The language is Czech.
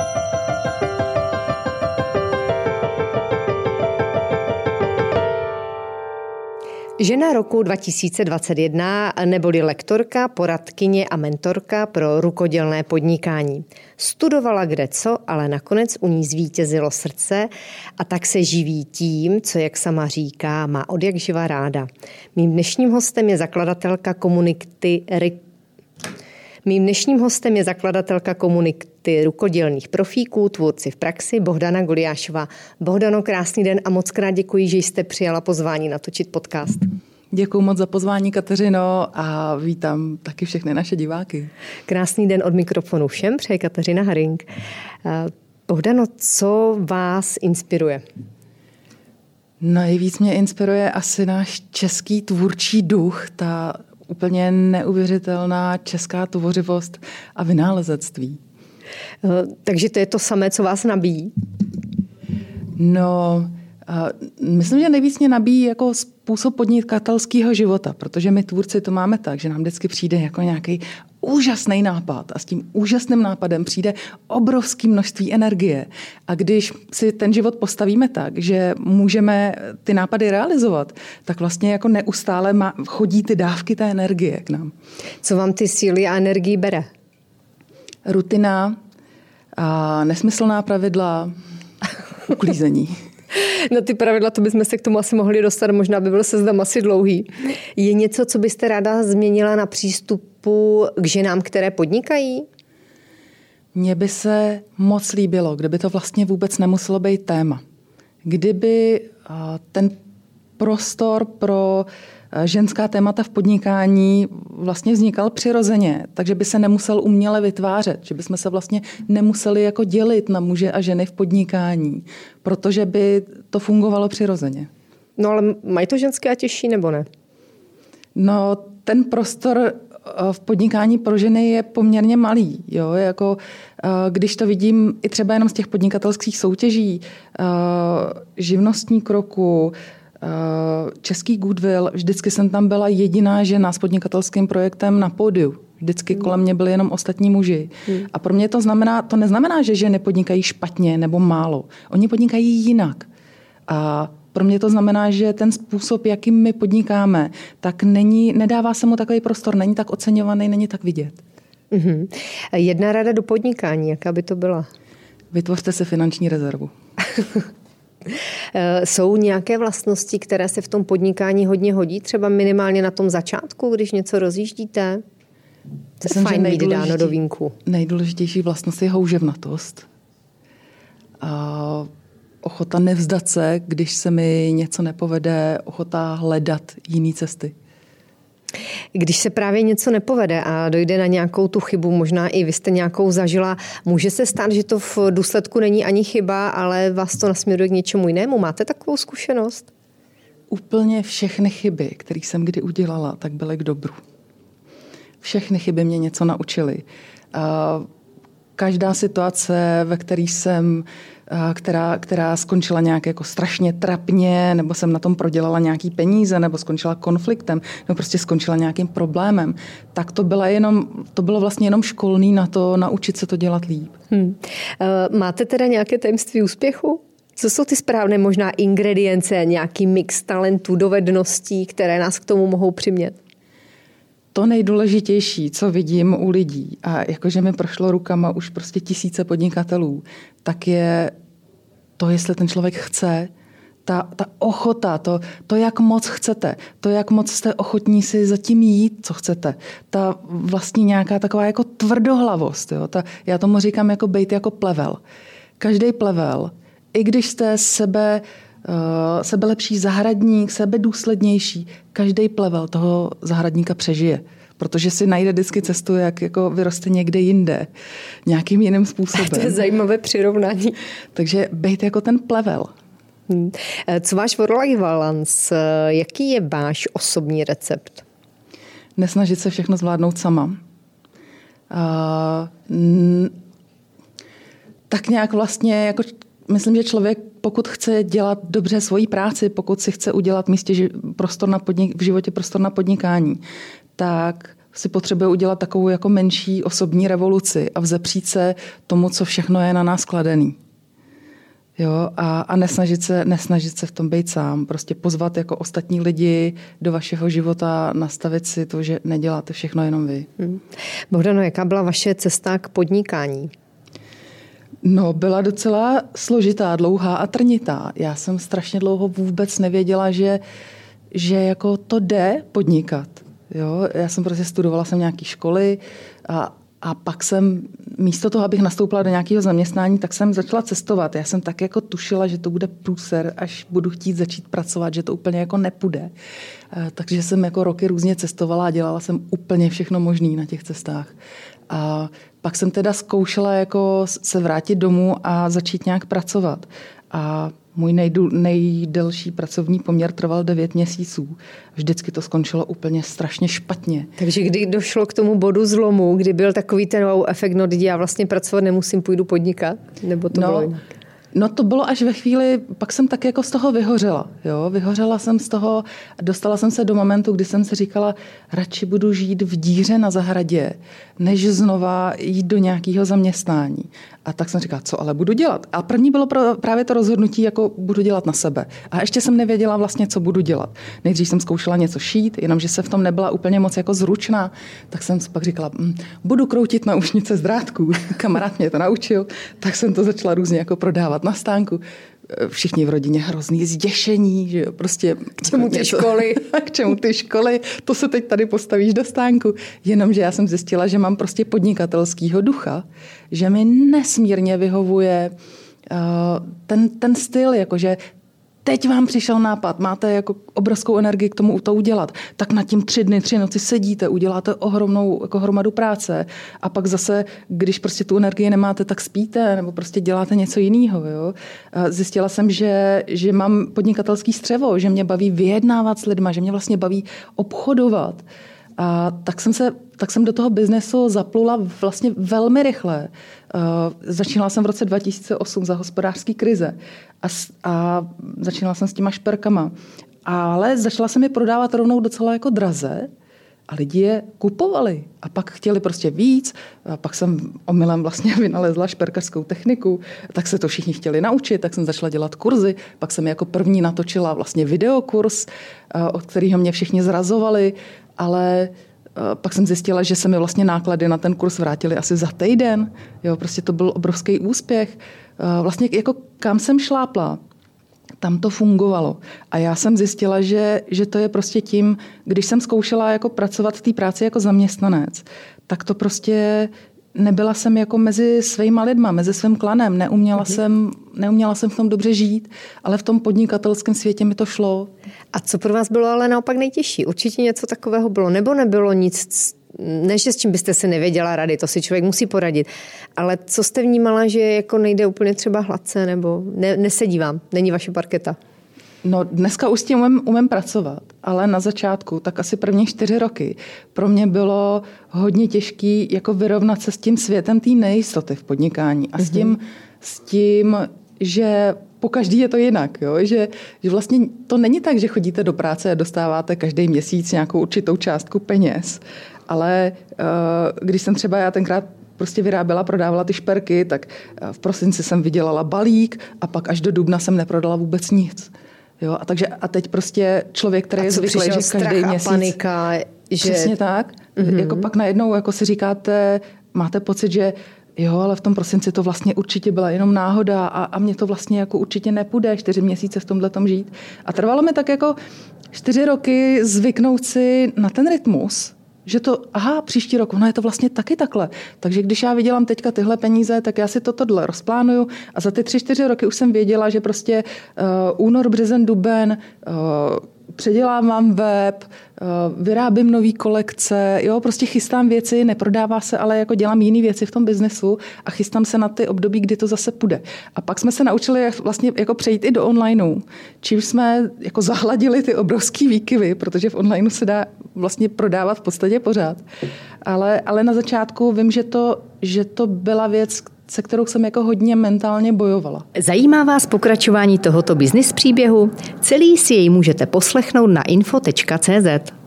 Žena roku 2021 neboli lektorka, poradkyně a mentorka pro rukodělné podnikání. Studovala kdeco, ale nakonec u ní zvítězilo srdce a tak se živí tím, co, jak sama říká, má odjakživa ráda. Mým dnešním hostem je zakladatelka komunity rukodělných profíků, tvůrci v praxi, Bohdana Goliášová. Bohdano, krásný den a moc krát děkuji, že jste přijala pozvání natočit podcast. Děkuji moc za pozvání, Kateřino, a vítám taky všechny naše diváky. Krásný den od mikrofonu všem, přeje Kateřina Haring. Bohdano, co vás inspiruje? Nejvíc mě inspiruje asi náš český tvůrčí duch, ta úplně neuvěřitelná česká tvořivost a vynálezectví. Takže to je to samé, co vás nabíjí? No, myslím, že nejvíc mě nabíjí jako způsob podnikatelského života, protože my tvůrci to máme tak, že nám vždycky přijde jako nějaký úžasný nápad a s tím úžasným nápadem přijde obrovské množství energie. A když si ten život postavíme tak, že můžeme ty nápady realizovat, tak vlastně jako neustále chodí ty dávky té energie k nám. Co vám ty síly a energii bere? Rutina, a nesmyslná pravidla, uklízení. No ty pravidla, to bychom se k tomu asi mohli dostat, možná by byl seznam asi dlouhý. Je něco, co byste ráda změnila na přístupu k ženám, které podnikají? Mně by se moc líbilo, kdyby to vlastně vůbec nemuselo být téma. Kdyby ten prostor pro ženská témata v podnikání vlastně vznikal přirozeně, takže by se nemusel uměle vytvářet, že bychom se vlastně nemuseli jako dělit na muže a ženy v podnikání, protože by to fungovalo přirozeně. No ale mají to ženské a těžší, nebo ne? No, ten prostor v podnikání pro ženy je poměrně malý. Jo? Jako, když to vidím i třeba jenom z těch podnikatelských soutěží, živnostní kroku, český Goodwill, vždycky jsem tam byla jediná žena s podnikatelským projektem na pódiu. Vždycky kolem mě byli jenom ostatní muži. A pro mě to neznamená, že ženy podnikají špatně nebo málo. Oni podnikají jinak. A pro mě to znamená, že ten způsob, jakým my podnikáme, tak nedává se mu takový prostor, není tak oceňovaný, není tak vidět. Mm-hmm. Jedna rada do podnikání, jaká by to byla? Vytvořte si finanční rezervu. Jsou nějaké vlastnosti, které se v tom podnikání hodně hodí, třeba minimálně na tom začátku, když něco rozjíždíte? To je fajn mít dáno do vínku. Nejdůležitější vlastnost je houževnatost. Ochota nevzdat se, když se mi něco nepovede, ochota hledat jiné cesty. Když se právě něco nepovede a dojde na nějakou tu chybu, možná i vy jste nějakou zažila, může se stát, že to v důsledku není ani chyba, ale vás to nasměruje k něčemu jinému? Máte takovou zkušenost? Úplně všechny chyby, které jsem kdy udělala, tak byly k dobru. Všechny chyby mě něco naučily. Každá situace, ve které jsem, která skončila nějak jako strašně trapně, nebo jsem na tom prodělala nějaký peníze, nebo skončila konfliktem, nebo prostě skončila nějakým problémem, tak to bylo vlastně jenom školný na to naučit se to dělat líp. Máte teda nějaké tajemství úspěchu? Co jsou ty správné možná ingredience, nějaký mix talentů, dovedností, které nás k tomu mohou přimět? To nejdůležitější, co vidím u lidí, a jakože mi prošlo rukama už prostě tisíce podnikatelů, tak je to, jestli ten člověk chce, ta ochota, to, jak moc chcete, to, jak moc jste ochotní si zatím jít, co chcete. Ta vlastně nějaká taková jako tvrdohlavost. Jo? Já tomu říkám jako bejt jako plevel. Každý plevel, i když jste sebelepší zahradník, sebedůslednější, každý plevel toho zahradníka přežije. Protože si najde vždycky cestu, jak jako vyroste někde jinde, nějakým jiným způsobem. To je zajímavé přirovnání. Takže bejt jako ten plevel. Co váš work-life balance? Jaký je váš osobní recept? Nesnažit se všechno zvládnout sama. Tak nějak vlastně, jako myslím, že člověk, pokud chce dělat dobře svoji práci, pokud si chce udělat v životě prostor na podnikání, tak si potřebuje udělat takovou jako menší osobní revoluci a vzepřít se tomu, co všechno je na nás kladený. Jo, a nesnažit se v tom být sám. Prostě pozvat jako ostatní lidi do vašeho života, nastavit si to, že neděláte všechno jenom vy. Bohdano, jaká byla vaše cesta k podnikání? No, byla docela složitá, dlouhá a trnitá. Já jsem strašně dlouho vůbec nevěděla, že jako to jde podnikat. Jo? Já jsem prostě studovala nějaké školy a pak jsem, místo toho, abych nastoupila do nějakého zaměstnání, tak jsem začala cestovat. Já jsem tak jako tušila, že to bude průser, až budu chtít začít pracovat, že to úplně jako nepůjde. Takže jsem jako roky různě cestovala a dělala jsem úplně všechno možné na těch cestách. A pak jsem teda zkoušela jako se vrátit domů a začít nějak pracovat. A můj nejdelší pracovní poměr trval 9 měsíců. Vždycky to skončilo úplně strašně špatně. Takže kdy došlo k tomu bodu zlomu, kdy byl takový ten wow efekt, no já vlastně pracovat nemusím, půjdu podnikat? Nebo to bylo jinak? No to bylo až ve chvíli, pak jsem tak jako z toho vyhořela. Jo? Vyhořela jsem z toho, dostala jsem se do momentu, kdy jsem si říkala, radši budu žít v díře na zahradě, než znova jít do nějakého zaměstnání. A tak jsem říkala, co ale budu dělat? A první bylo právě to rozhodnutí, jako budu dělat na sebe. A ještě jsem nevěděla vlastně, co budu dělat. Nejdřív jsem zkoušela něco šít, jenomže se v tom nebyla úplně moc jako zručná, tak jsem si pak říkala, budu kroutit naušnice z drátků. Kamarád mě to naučil, tak jsem to začala různě jako prodávat na stánku. Všichni v rodině hrozný zděšení, že prostě k čemu ty školy? K čemu ty školy? To se teď tady postavíš do stánku. Jenomže já jsem zjistila, že mám prostě podnikatelského ducha, že mi nesmírně vyhovuje ten styl, jakože teď vám přišel nápad, máte jako obrovskou energii k tomu to udělat, tak nad tím 3 dny, 3 noci sedíte, uděláte ohromnou jako hromadu práce a pak zase, když prostě tu energii nemáte, tak spíte nebo prostě děláte něco jiného. Jo? Zjistila jsem, že mám podnikatelský střevo, že mě baví vyjednávat s lidma, že mě vlastně baví obchodovat. A tak jsem do toho biznesu zaplula vlastně velmi rychle. Začínala jsem v roce 2008 za hospodářské krize a začínala jsem s těma šperkama. Ale začala jsem je prodávat rovnou docela jako draze a lidi je kupovali. A pak chtěli prostě víc. A pak jsem omylem vlastně vynalezla šperkařskou techniku. Tak se to všichni chtěli naučit, tak jsem začala dělat kurzy. Pak jsem jako první natočila vlastně videokurs, od kterého mě všichni zrazovali. Ale pak jsem zjistila, že se mi vlastně náklady na ten kurz vrátily asi za týden. Jo, prostě to byl obrovský úspěch. Vlastně jako kam jsem šlápla, tam to fungovalo. A já jsem zjistila, že to je prostě tím, když jsem zkoušela jako pracovat v té práci jako zaměstnanec, tak to prostě nebyla jsem jako mezi svýma lidma, mezi svým klanem. Neuměla jsem v tom dobře žít, ale v tom podnikatelském světě mi to šlo. A co pro vás bylo ale naopak nejtěžší? Určitě něco takového bylo, nebo nebylo nic, ne, že s čím byste se nevěděla rady, to si člověk musí poradit. Ale co jste vnímala, že jako nejde úplně třeba hladce, nebo nesedí vám, není vaše parketa? No dneska už s tím umím pracovat, ale na začátku, tak asi první 4 roky, pro mě bylo hodně těžký jako vyrovnat se s tím světem té nejistoty v podnikání a s tím, že pokaždý je to jinak, jo? Že vlastně to není tak, že chodíte do práce a dostáváte každý měsíc nějakou určitou částku peněz, ale když jsem třeba já tenkrát prostě vyráběla, prodávala ty šperky, tak v prosinci jsem vydělala balík a pak až do dubna jsem neprodala vůbec nic. Jo, a teď prostě člověk, který je zvyklý, že každý měsíc... panika, že... Přesně tak. Jako pak najednou jako si říkáte, máte pocit, že jo, ale v tom prosinci to vlastně určitě byla jenom náhoda a mě to vlastně jako určitě nepůjde 4 měsíce v tomhletom žít. A trvalo mi tak jako 4 roky zvyknout si na ten rytmus, že to, příští rok, ono je to vlastně taky takhle. Takže když já vydělám teďka tyhle peníze, tak já si tohle rozplánuju a za ty 3-4 roky už jsem věděla, že prostě únor, březen, duben, předělávám web, vyrábím nový kolekce, jo, prostě chystám věci, neprodává se, ale jako dělám jiné věci v tom biznesu a chystám se na ty období, kdy to zase půjde. A pak jsme se naučili vlastně jako přejít i do onlineu, čím jsme jako zahladili ty obrovský výkyvy, protože v onlineu se dá vlastně prodávat v podstatě pořád. Ale na začátku vím, že to byla věc, se kterou jsem jako hodně mentálně bojovala. Zajímá vás pokračování tohoto business příběhu? Celý si jej můžete poslechnout na info.cz.